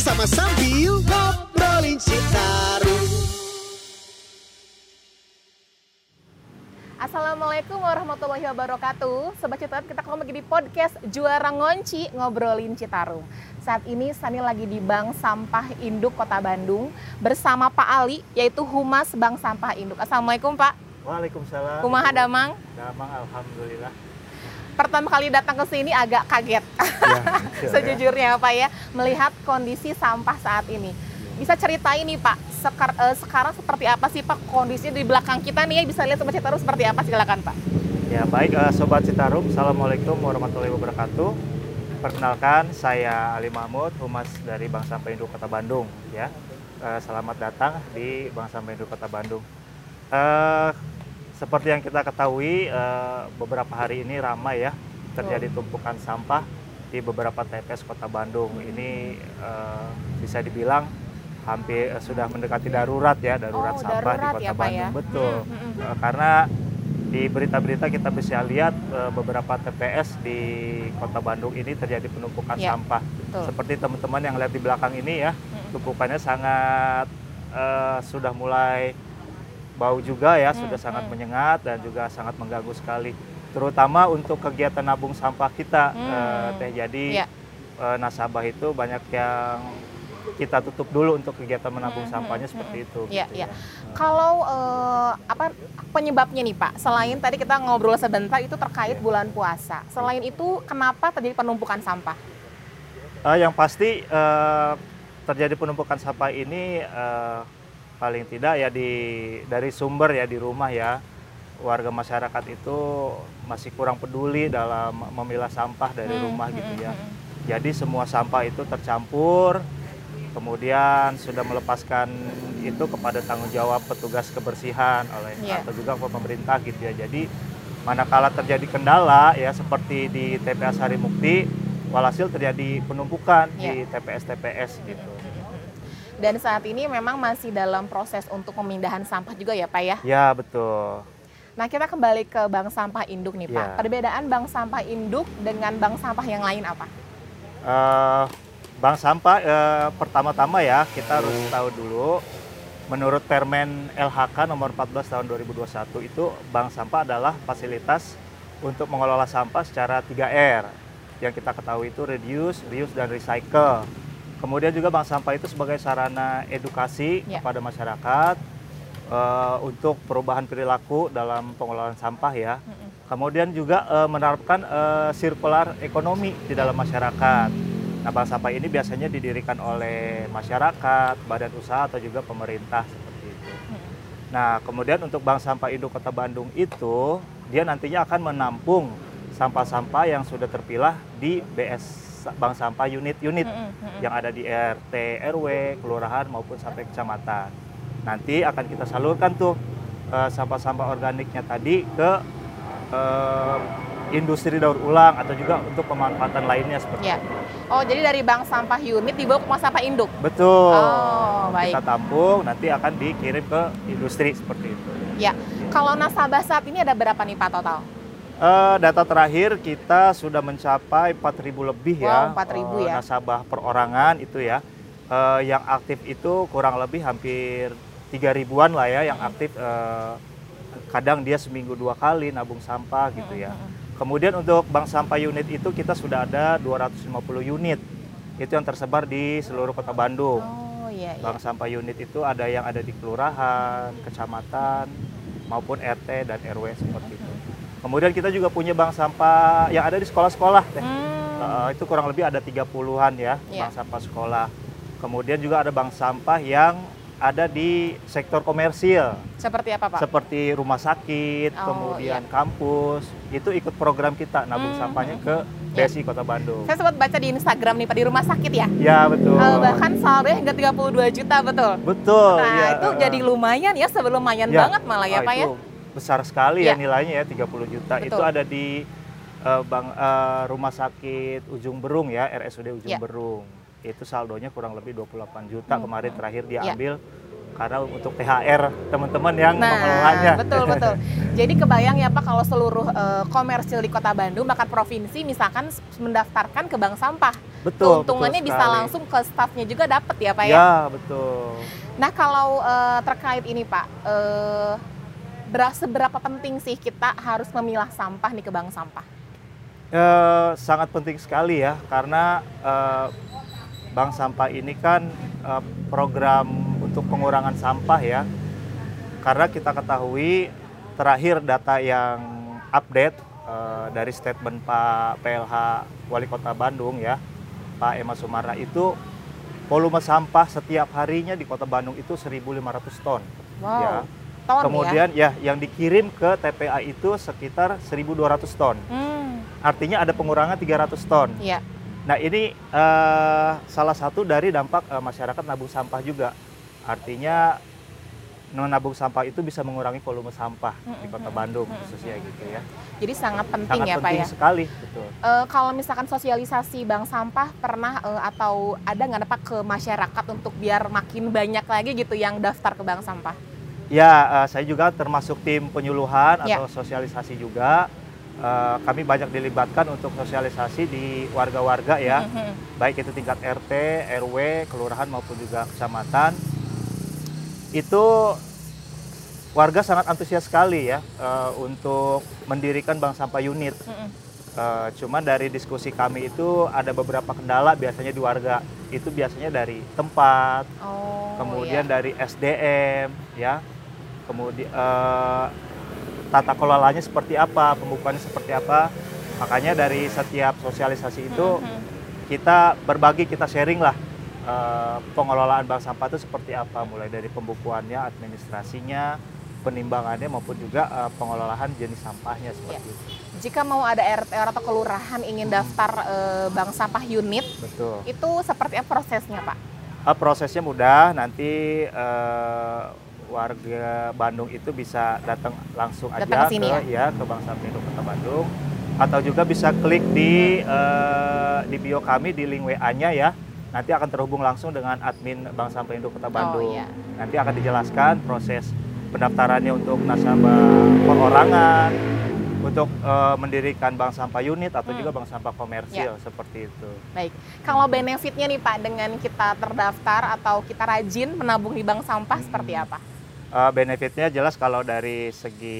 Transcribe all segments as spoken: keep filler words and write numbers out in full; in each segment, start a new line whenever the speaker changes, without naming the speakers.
bersama sambil ngobrolin Citarum.
Assalamualaikum warahmatullahi wabarakatuh. Sobat Citarum, kita kembali lagi di podcast Juara Ngonci Ngobrolin Citarum. Saat ini Sani lagi di Bank Sampah Induk Kota Bandung bersama Pak Ali, yaitu Humas Bank Sampah Induk. Assalamualaikum Pak.
Waalaikumsalam.
Kumaha damang?
Damang, alhamdulillah.
Pertama kali datang ke sini agak kaget, ya, sejujurnya Pak ya, melihat kondisi sampah saat ini. Bisa ceritain nih Pak, sekar, uh, sekarang seperti apa sih Pak kondisinya di belakang kita nih ya, bisa lihat Sobat Citarum seperti apa, silakan Pak.
Ya baik, uh, Sobat Citarum, Assalamualaikum warahmatullahi wabarakatuh. Perkenalkan, saya Ali Mahmud, Humas dari Bank Sampah Induk Kota Bandung. Ya, uh, selamat datang di Bank Sampah Induk Kota Bandung. Uh, seperti yang kita ketahui, uh, beberapa hari ini ramai ya, terjadi tumpukan sampah di beberapa T P S Kota Bandung. Ini uh, bisa dibilang hampir uh, sudah mendekati darurat ya, darurat
oh,
sampah
darurat
di Kota
ya,
Bandung.
ya?
Betul.
Hmm, hmm, hmm.
Uh, karena di berita-berita kita bisa lihat uh, beberapa T P S di Kota Bandung ini terjadi penumpukan
ya,
sampah.
betul.
Seperti teman-teman yang lihat di belakang ini ya, hmm. tumpukannya sangat uh, sudah mulai bau juga ya, hmm, sudah sangat hmm. menyengat dan juga sangat mengganggu sekali. Terutama untuk kegiatan nabung sampah kita, hmm. uh, Teh. Jadi ya. uh, nasabah itu banyak yang kita tutup dulu untuk kegiatan menabung hmm, sampahnya hmm, seperti itu.
Iya,
gitu
iya.
Ya.
Kalau uh, apa penyebabnya nih Pak? Selain tadi kita ngobrol sebentar itu terkait ya. bulan puasa. Selain itu kenapa terjadi penumpukan sampah?
Uh, yang pasti uh, terjadi penumpukan sampah ini uh, paling tidak ya di dari sumber ya di rumah ya. Warga masyarakat itu masih kurang peduli dalam memilah sampah dari hmm, rumah hmm, gitu ya. Hmm. Jadi semua sampah itu tercampur. Kemudian sudah melepaskan itu kepada tanggung jawab petugas kebersihan oleh yeah. atau juga pemerintah gitu ya. Jadi manakala terjadi kendala ya seperti di T P S Harimukti, walhasil terjadi penumpukan yeah. di T P S T P S gitu.
Dan saat ini memang masih dalam proses untuk pemindahan sampah juga ya Pak ya?
Ya betul.
Nah kita kembali ke Bank Sampah Induk nih Pak.
Ya.
Perbedaan Bank Sampah Induk dengan bank sampah yang lain apa?
Uh, Bank sampah eh, pertama-tama ya kita harus tahu dulu, menurut Permen L H K nomor empat belas tahun dua ribu dua puluh satu itu bank sampah adalah fasilitas untuk mengelola sampah secara tiga R. Yang kita ketahui itu reduce, reuse, dan recycle. Kemudian juga bank sampah itu sebagai sarana edukasi ya. kepada masyarakat eh, untuk perubahan perilaku dalam pengelolaan sampah ya. Mm-mm. Kemudian juga eh, menerapkan eh, circular ekonomi di dalam masyarakat. Nah, bank sampah ini biasanya didirikan oleh masyarakat, badan usaha, atau juga pemerintah seperti itu. Nah, kemudian untuk Bank Sampah Induk Kota Bandung itu, dia nantinya akan menampung sampah-sampah yang sudah terpilah di B S Bank Sampah unit-unit yang ada di R T, R W, kelurahan, maupun sampai kecamatan. Nanti akan kita salurkan tuh eh, sampah-sampah organiknya tadi ke eh, industri daur ulang atau juga untuk pemanfaatan lainnya seperti
ya.
itu.
Oh, jadi dari bank sampah unit dibawa ke bank sampah induk?
Betul.
Oh, baik.
Kita tampung, nanti akan dikirim ke industri seperti itu.
Ya. Kalau nasabah saat ini ada berapa nih Pak total?
Uh, data terakhir kita sudah mencapai empat ribu lebih. Wow, ya.
empat ribu uh,
ya. Nasabah perorangan itu ya. Uh, yang aktif itu kurang lebih hampir tiga ribuan lah ya yang aktif. Uh, kadang dia seminggu dua kali nabung sampah gitu ya. Kemudian untuk bank sampah unit itu kita sudah ada dua ratus lima puluh unit. Itu yang tersebar di seluruh Kota Bandung.
Oh, iya, iya.
Bank sampah unit itu ada yang ada di kelurahan, kecamatan, maupun R T dan R W seperti itu. Kemudian kita juga punya bank sampah yang ada di sekolah-sekolah. Hmm. Uh, itu kurang lebih ada tiga puluhan ya, yeah. bank sampah sekolah. Kemudian juga ada bank sampah yang ada di sektor komersil.
Seperti apa Pak?
Seperti rumah sakit, oh, kemudian iya. kampus. Itu ikut program kita nabung hmm. sampahnya ke B S I ya. Kota Bandung.
Saya sempat baca di Instagram nih Pak, di rumah sakit ya?
Ya betul.
Uh, bahkan saldonya hingga tiga puluh dua juta, betul?
Betul.
Nah
ya,
itu uh, jadi lumayan ya, sebelum lumayan ya, banget malah ya
oh,
Pak ya?
Besar sekali ya,
ya
nilainya ya, tiga puluh juta. Betul. Itu ada di uh, bank, uh, rumah sakit Ujung Berung ya, R S U D Ujung ya. Berung. Itu saldonya kurang lebih dua puluh delapan juta hmm. kemarin terakhir dia ya. ambil karena untuk T H R teman-teman yang
Nah,
mengelolanya.
betul betul. Jadi kebayang ya Pak kalau seluruh uh, komersil di Kota Bandung bahkan provinsi misalkan mendaftarkan ke bank sampah.
Betul.
Keuntungannya
betul
bisa langsung ke stafnya juga dapat ya Pak ya?
Ya, betul.
Nah kalau uh, terkait ini Pak, uh, seberapa penting sih kita harus memilah sampah nih ke bank sampah?
Eh, sangat penting sekali ya, karena eh, bank sampah ini kan eh, program untuk pengurangan sampah ya. Karena kita ketahui terakhir data yang update eh, dari statement Pak P L H Wali Kota Bandung ya, Pak Emma Sumarna, itu volume sampah setiap harinya di Kota Bandung itu seribu lima ratus ton.
Wow.
Ya.
Ton
Kemudian
ya?
ya yang dikirim ke T P A itu sekitar seribu dua ratus ton.
Hmm.
Artinya ada pengurangan tiga ratus ton.
Iya.
Nah ini uh, salah satu dari dampak uh, masyarakat nabung sampah juga. Artinya menabung sampah itu bisa mengurangi volume sampah mm -mm. di Kota Bandung mm -mm. khususnya gitu ya.
Jadi sangat penting
sangat
ya
penting
Pak ya?
sekali. Betul.
Uh, kalau misalkan sosialisasi bank sampah pernah uh, atau ada nggak Pak ke masyarakat untuk biar makin banyak lagi gitu yang daftar ke bank sampah?
Ya, uh, saya juga termasuk tim penyuluhan
ya.
atau sosialisasi juga. Uh, kami banyak dilibatkan untuk sosialisasi di warga-warga ya, mm-hmm. baik itu tingkat R T, R W, kelurahan maupun juga kecamatan. Itu warga sangat antusias sekali ya uh, untuk mendirikan bank sampah unit. Mm-hmm. Uh, cuman dari diskusi kami itu ada beberapa kendala biasanya di warga. Itu biasanya dari tempat,
oh,
kemudian
iya.
dari S D M ya, kemudian uh, tata kelolanya seperti apa, pembukuannya seperti apa. Makanya dari setiap sosialisasi itu mm-hmm. kita berbagi, kita sharing lah uh, pengelolaan bank sampah itu seperti apa, mulai dari pembukuannya, administrasinya, penimbangannya maupun juga uh, pengelolaan jenis sampahnya seperti
ya.
itu.
Jika mau ada R T atau kelurahan ingin daftar uh, bank sampah unit,
betul.
Itu seperti apa prosesnya Pak?
Uh, prosesnya mudah, nanti uh, warga Bandung itu bisa datang langsung
datang
aja
ke,
ke ya? ya ke Bank Sampah Induk Kota Bandung, atau juga bisa klik di uh, di bio kami di link W A-nya ya. Nanti akan terhubung langsung dengan admin Bank Sampah Induk Kota Bandung. Oh, iya. Nanti akan dijelaskan proses pendaftarannya untuk nasabah perorangan, untuk uh, mendirikan bank sampah unit atau hmm. juga bank sampah komersil ya. Seperti itu.
Baik, kalau benefitnya nih Pak dengan kita terdaftar atau kita rajin menabung di bank sampah hmm. seperti apa?
Uh, benefitnya jelas kalau dari segi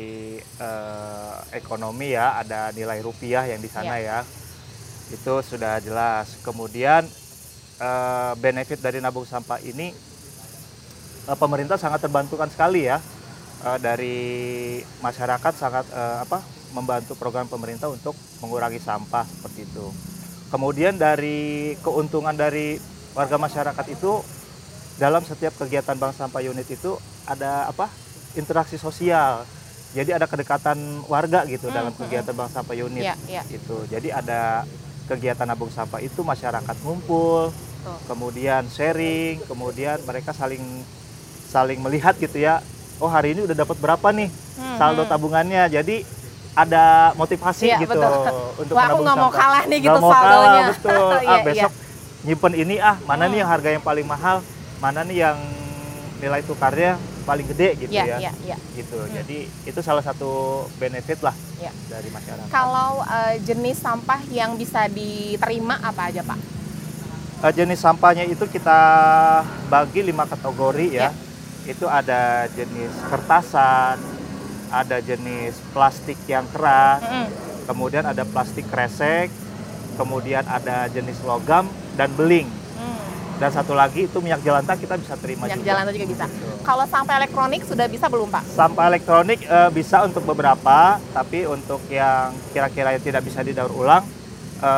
uh, ekonomi ya, ada nilai rupiah yang di sana ya, ya. Itu sudah jelas. Kemudian uh, benefit dari nabung sampah ini uh, pemerintah sangat terbantukan sekali ya. Uh, dari masyarakat sangat uh, apa membantu program pemerintah untuk mengurangi sampah seperti itu. Kemudian dari keuntungan dari warga masyarakat itu dalam setiap kegiatan bank sampah unit itu ada apa interaksi sosial. Jadi ada kedekatan warga gitu hmm, dalam kegiatan hmm. bank sampah unit ya, ya. Gitu. Jadi ada kegiatan nabung sampah itu masyarakat ngumpul, oh. kemudian sharing, kemudian mereka saling saling melihat gitu ya. Oh hari ini udah dapat berapa nih hmm, saldo tabungannya, jadi ada motivasi ya, gitu
betul.
Untuk
Wah, aku nggak mau kalah nih gitu
mau
saldonya.
Kalah, betul. ah,
iya,
besok
iya.
nyimpen ini ah mana
hmm.
nih yang harga yang paling mahal, mana nih yang nilai tukarnya paling gede gitu ya,
ya, ya, ya.
Gitu.
Hmm.
Jadi itu salah satu benefit lah ya. Dari masyarakat.
Kalau uh, jenis sampah yang bisa diterima apa aja Pak?
Uh, jenis sampahnya itu kita bagi lima kategori ya. ya. Itu ada jenis kertasan, ada jenis plastik yang keras, mm. kemudian ada plastik kresek, kemudian ada jenis logam dan beling. Mm. Dan satu lagi itu minyak jelantah kita bisa terima
minyak
juga. Minyak
jelantah juga bisa. Betul. Kalau sampah elektronik sudah bisa belum Pak?
Sampah elektronik e, bisa untuk beberapa, tapi untuk yang kira-kira yang tidak bisa didaur ulang, e,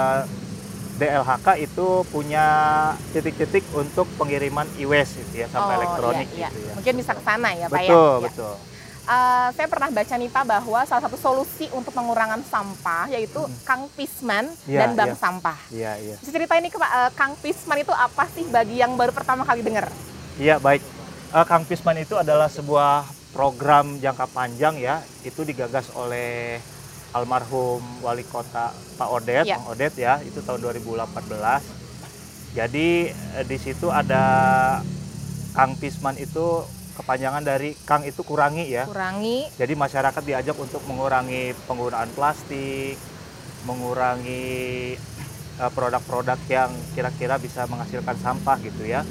D L H K itu punya titik-titik untuk pengiriman e-waste gitu ya, sampah oh, elektronik
iya, iya.
gitu ya.
Mungkin bisa ke sana ya Pak
betul,
ya? Betul,
betul.
Uh, saya pernah baca nih Pak bahwa salah satu solusi untuk pengurangan sampah yaitu hmm. Kang Pisman ya, dan bank
ya.
sampah.
Iya, iya.
Bisa ceritain nih uh, Kang Pisman itu apa sih bagi yang baru pertama kali dengar?
Iya, baik. Uh, Kang Pisman itu adalah sebuah program jangka panjang ya, itu digagas oleh almarhum wali kota Pak Odet, ya. Bang Odet ya, itu tahun dua ribu delapan belas. Jadi di situ ada Kang Pisman itu kepanjangan dari Kang itu kurangi ya.
Kurangi.
Jadi masyarakat diajak untuk mengurangi penggunaan plastik, mengurangi produk-produk uh, yang kira-kira bisa menghasilkan sampah gitu ya.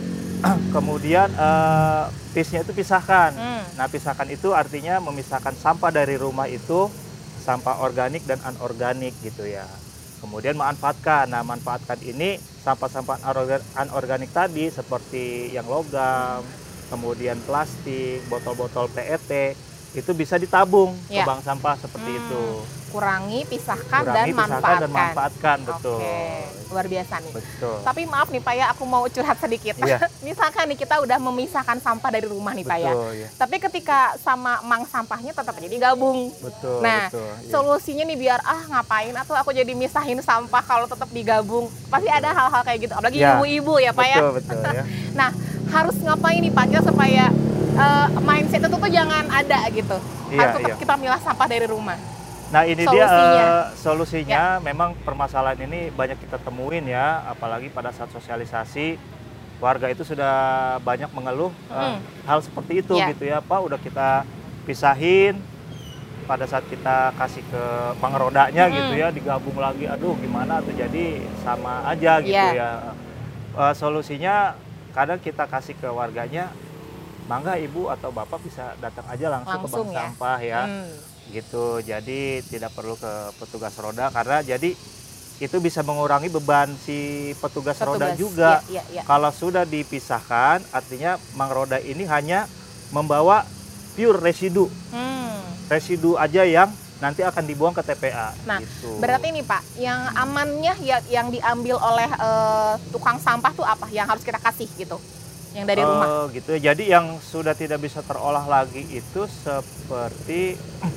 Kemudian uh, pisnya itu pisahkan. Hmm. Nah, pisahkan itu artinya memisahkan sampah dari rumah itu, sampah organik dan anorganik gitu ya. Kemudian manfaatkan. Nah, manfaatkan ini sampah-sampah anorganik tadi seperti yang logam, kemudian plastik, botol-botol P E T itu bisa ditabung ya. Ke bank sampah seperti hmm. itu.
Kurangi, pisahkan,
Kurangi,
dan,
pisahkan
manfaatkan.
dan manfaatkan. Betul.
Oke, luar biasa nih.
Betul.
Tapi maaf nih Pak ya, aku mau curhat sedikit.
Iya.
Misalkan nih kita udah memisahkan sampah dari rumah nih Pak ya.
Betul, ya.
Tapi ketika sama mang sampahnya tetap aja digabung.
Betul.
Nah,
betul, ya.
solusinya nih biar ah ngapain atau aku jadi misahin sampah kalau tetap digabung. Pasti ada hal-hal kayak gitu. Apalagi
ya.
ibu-ibu ya Pak
betul,
ya.
Betul, ya.
Nah, harus ngapain nih Pak Kira supaya uh, mindset itu tuh jangan ada gitu.
Iya,
harus tetap
iya.
kita milah sampah dari rumah.
Nah ini
solusinya.
dia uh, solusinya,
ya.
Memang permasalahan ini banyak kita temuin ya, apalagi pada saat sosialisasi warga itu sudah banyak mengeluh uh,
hmm.
hal seperti itu
ya.
gitu ya Pak, udah kita pisahin, pada saat kita kasih ke pengrodanya hmm. gitu ya, digabung lagi, aduh gimana tuh jadi sama aja gitu ya. ya. Uh, solusinya kadang kita kasih ke warganya, mangga ibu atau bapak bisa datang aja langsung,
langsung
ke bank
ya?
sampah ya.
Hmm.
Gitu, jadi tidak perlu ke petugas roda karena jadi itu bisa mengurangi beban si petugas, petugas roda juga. Ya, ya, ya. Kalau sudah dipisahkan, artinya mang roda ini hanya membawa pure residu, hmm. residu aja yang nanti akan dibuang ke T P A.
Nah,
gitu.
Berarti nih Pak, yang amannya ya, yang diambil oleh uh, tukang sampah tuh apa? Yang harus kita kasih gitu? Yang dari rumah?
Uh, gitu. Jadi yang sudah tidak bisa terolah lagi itu seperti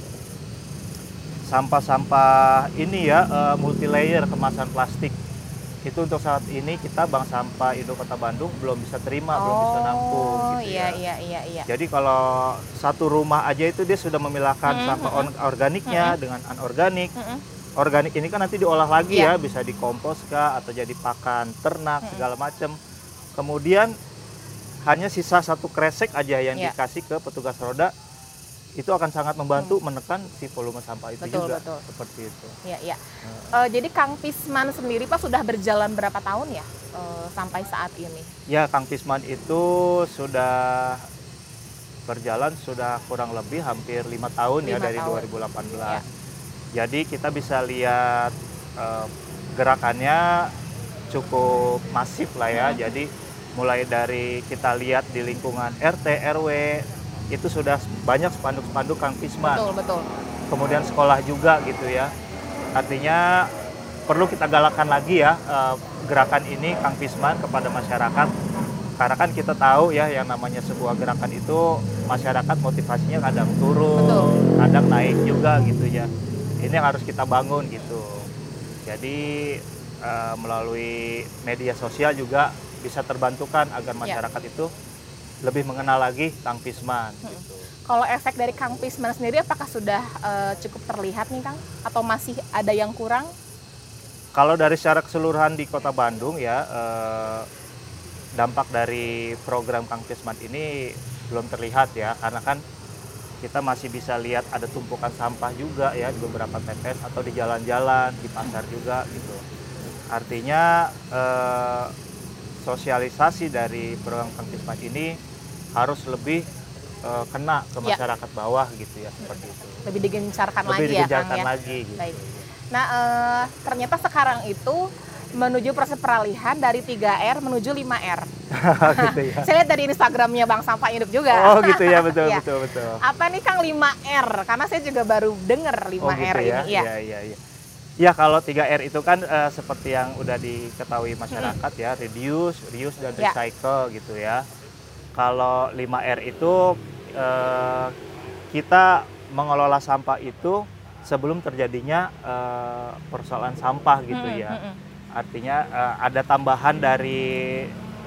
sampah-sampah ini ya, uh, multi layer kemasan plastik. Itu untuk saat ini kita Bank Sampah Indo Kota Bandung belum bisa terima,
oh,
belum bisa nampung gitu
iya,
ya.
iya, iya, iya.
Jadi kalau satu rumah aja itu dia sudah memilahkan hmm, sampah hmm, organiknya hmm, dengan anorganik. Hmm, Organik ini kan nanti diolah lagi yeah. ya, bisa dikompos kah atau jadi pakan ternak hmm, segala macam. Kemudian hanya sisa satu kresek aja yang yeah. dikasih ke petugas roda. Itu akan sangat membantu hmm. menekan si volume sampah itu
betul,
juga
betul.
Seperti itu.
Ya, ya.
Hmm.
Uh, jadi Kang Pisman sendiri Pak sudah berjalan berapa tahun ya uh, sampai saat ini?
Ya, Kang Pisman itu sudah berjalan sudah kurang lebih hampir lima tahun ya dari tahun. dua ribu delapan belas. Ya. Jadi kita bisa lihat uh, gerakannya cukup masif lah ya. Hmm. Jadi mulai dari kita lihat di lingkungan R T R W itu sudah banyak spanduk-spanduk Kang Pisman.
Betul, betul.
Kemudian sekolah juga gitu ya. Artinya perlu kita galakan lagi ya gerakan ini Kang Pisman kepada masyarakat. Karena kan kita tahu ya yang namanya sebuah gerakan itu masyarakat motivasinya kadang turun, betul. Kadang naik juga gitu ya. Ini yang harus kita bangun gitu. Jadi melalui media sosial juga bisa terbantukan agar masyarakat ya. Itu lebih mengenal lagi Kang Pisman. Hmm. Gitu.
Kalau efek dari Kang Pisman sendiri apakah sudah uh, cukup terlihat nih Kang? Atau masih ada yang kurang?
Kalau dari secara keseluruhan di Kota Bandung ya, eh, dampak dari program Kang Pisman ini belum terlihat ya. Karena kan kita masih bisa lihat ada tumpukan sampah juga ya di beberapa T P S atau di jalan-jalan, di pasar juga gitu. Artinya eh, sosialisasi dari program Kang Pisman ini harus lebih uh, kena ke masyarakat ya. Bawah gitu ya, seperti itu.
Lebih digencarkan
lebih
lagi
digencarkan
ya Kang
lagi,
ya?
gitu.
Baik. Nah uh, ternyata sekarang itu menuju proses peralihan dari tiga R menuju lima R.
Gitu ya.
Saya lihat dari Instagramnya Bank Sampah Hidup juga.
Oh gitu ya, betul, ya. betul, betul.
Apa nih Kang lima R? Karena saya juga baru dengar lima R
oh, gitu ya?
ini. Ya,
ya, ya, ya. Ya kalau tiga R itu kan uh, seperti yang udah diketahui masyarakat hmm. ya, reduce, reuse, dan
ya.
recycle gitu ya. Kalau lima R itu uh, kita mengelola sampah itu sebelum terjadinya uh, persoalan sampah gitu hmm, ya. Hmm, hmm. Artinya uh, ada tambahan dari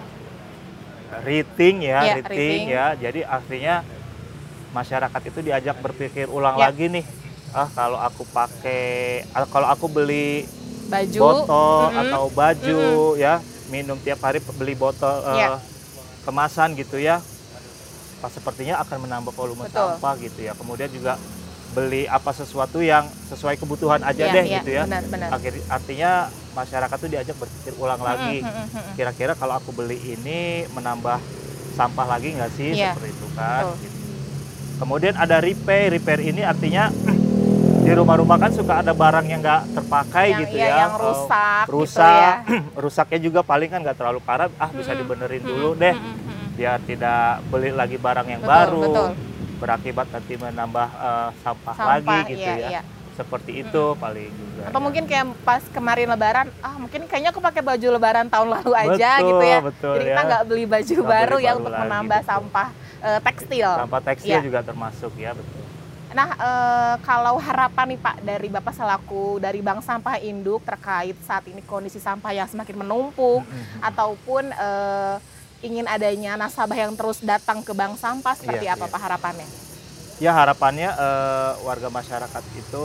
rating ya,
ya
rating ya. Jadi artinya masyarakat itu diajak berpikir ulang ya. lagi nih. Ah kalau aku pakai, kalau aku beli baju, botol mm-hmm. atau baju mm-hmm. ya, minum tiap hari beli botol yeah. uh, kemasan gitu ya, pas sepertinya akan menambah volume
Betul.
sampah gitu ya. Kemudian juga beli apa sesuatu yang sesuai kebutuhan aja
Iya,
deh
iya,
gitu ya.
benar, benar.
Akhir, artinya masyarakat tuh diajak berpikir ulang lagi.
Mm, mm, mm, mm.
Kira-kira kalau aku beli ini menambah sampah lagi nggak sih?
Iya,
Seperti itu kan.
betul.
Gitu. Kemudian ada repair. Repair ini artinya di rumah-rumah kan suka ada barang yang nggak terpakai
Yang-
gitu
iya,
ya.
yang rusak gitu
rusak.
ya.
Rusaknya juga paling kan nggak terlalu parah. Ah bisa
Mm,
dibenerin
mm,
dulu
mm,
deh.
mm, mm, mm.
Biar tidak beli lagi barang yang
Betul,
baru.
betul.
Berakibat nanti menambah eh, sampah,
Sampah,
lagi gitu
iya,
ya.
iya.
Seperti itu paling juga.
Atau
ya.
mungkin kayak pas kemarin lebaran, ah mungkin kayaknya aku pakai baju lebaran tahun lalu aja
Betul,
gitu ya.
betul
Jadi kita
ya.
nggak beli baju
Nggak
baru
beli
ya
baru
untuk
lagi,
menambah
betul.
sampah eh, tekstil.
Sampah tekstil
Iya.
juga termasuk ya, betul.
Nah, eh, kalau harapan nih Pak dari Bapak selaku dari Bank Sampah Induk terkait saat ini kondisi sampah yang semakin menumpuk ataupun eh, ingin adanya nasabah yang terus datang ke bank sampah seperti
Iya,
apa
iya.
Pak harapannya?
Ya harapannya eh, warga masyarakat itu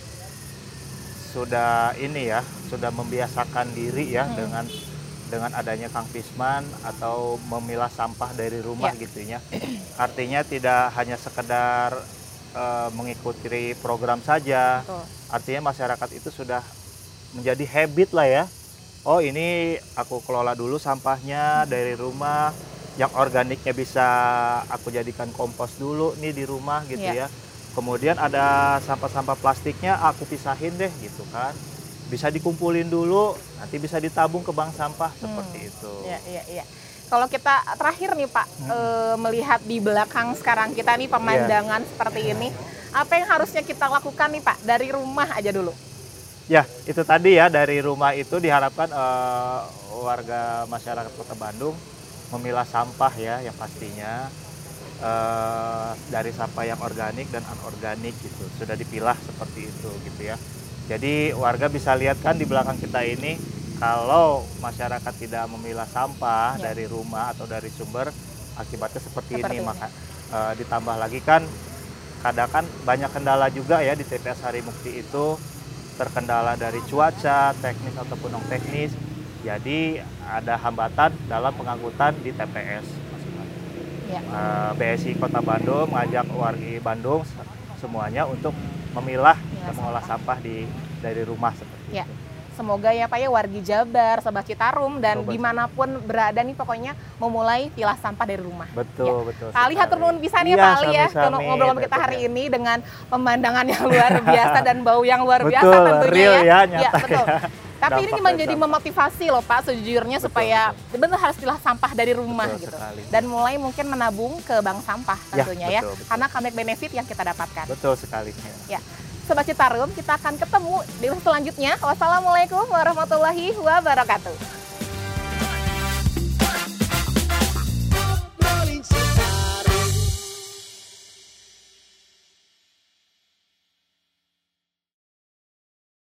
sudah ini ya, sudah membiasakan diri ya
Hmm.
dengan dengan adanya Kang Pisman atau memilah sampah dari rumah
Ya.
gitu ya. Artinya tidak hanya sekedar eh, mengikuti program saja.
Betul.
Artinya masyarakat itu sudah menjadi habit lah ya. Oh ini aku kelola dulu sampahnya dari rumah, yang organiknya bisa aku jadikan kompos dulu nih di rumah gitu
Iya.
ya. Kemudian ada sampah-sampah plastiknya aku pisahin deh gitu kan. Bisa dikumpulin dulu, nanti bisa ditabung ke bank sampah seperti itu.
Iya, iya, iya. Kalau kita terakhir nih Pak, eh, melihat di belakang sekarang kita nih pemandangan seperti ini, apa yang harusnya kita lakukan nih Pak dari rumah aja dulu?
Ya, itu tadi ya, dari rumah itu diharapkan eh, warga masyarakat Kota Bandung memilah sampah ya, yang pastinya eh, dari sampah yang organik dan anorganik gitu, sudah dipilah seperti itu gitu ya. Jadi warga bisa lihat kan di belakang kita ini, kalau masyarakat tidak memilah sampah
Ya.
dari rumah atau dari sumber, akibatnya seperti,
Seperti
ini.
ini.
Maka eh, ditambah lagi kan, kadang kan banyak kendala juga ya di T P S Harimukti itu, terkendala dari cuaca, teknis ataupun non teknis. Jadi ada hambatan dalam pengangkutan di T P S masing-masing.
Ya.
Eh, B S I Kota Bandung mengajak warga Bandung semuanya untuk memilah
Memilah
dan mengolah sampah di dari rumah seperti
Ya.
itu.
Semoga ya Pak ya wargi Jabar, Sobat Citarum dan
Sobat.
dimanapun berada nih pokoknya memulai pilah sampah dari rumah.
Betul, betul.
Kali hatur nuhun pisan ya
Iya,
Pak Ali ya
sami-sami,
untuk ngobrol sama kita hari
tentunya.
ini dengan pemandangan yang luar biasa dan bau yang luar biasa
Betul,
tentunya
real ya,
ya.
nyata
betul.
ya.
Tapi ini
Dampaknya
menjadi
sama.
memotivasi loh Pak sejujurnya
Betul,
supaya benar harus pilah sampah dari rumah
Betul
gitu.
sekali.
Dan mulai mungkin menabung ke bank sampah
Ya,
tentunya ya.
betul, betul.
Karena comeback benefit yang kita dapatkan.
Betul sekali.
Ya. Sobat Citarum, kita akan ketemu di selanjutnya. Wassalamualaikum warahmatullahi wabarakatuh.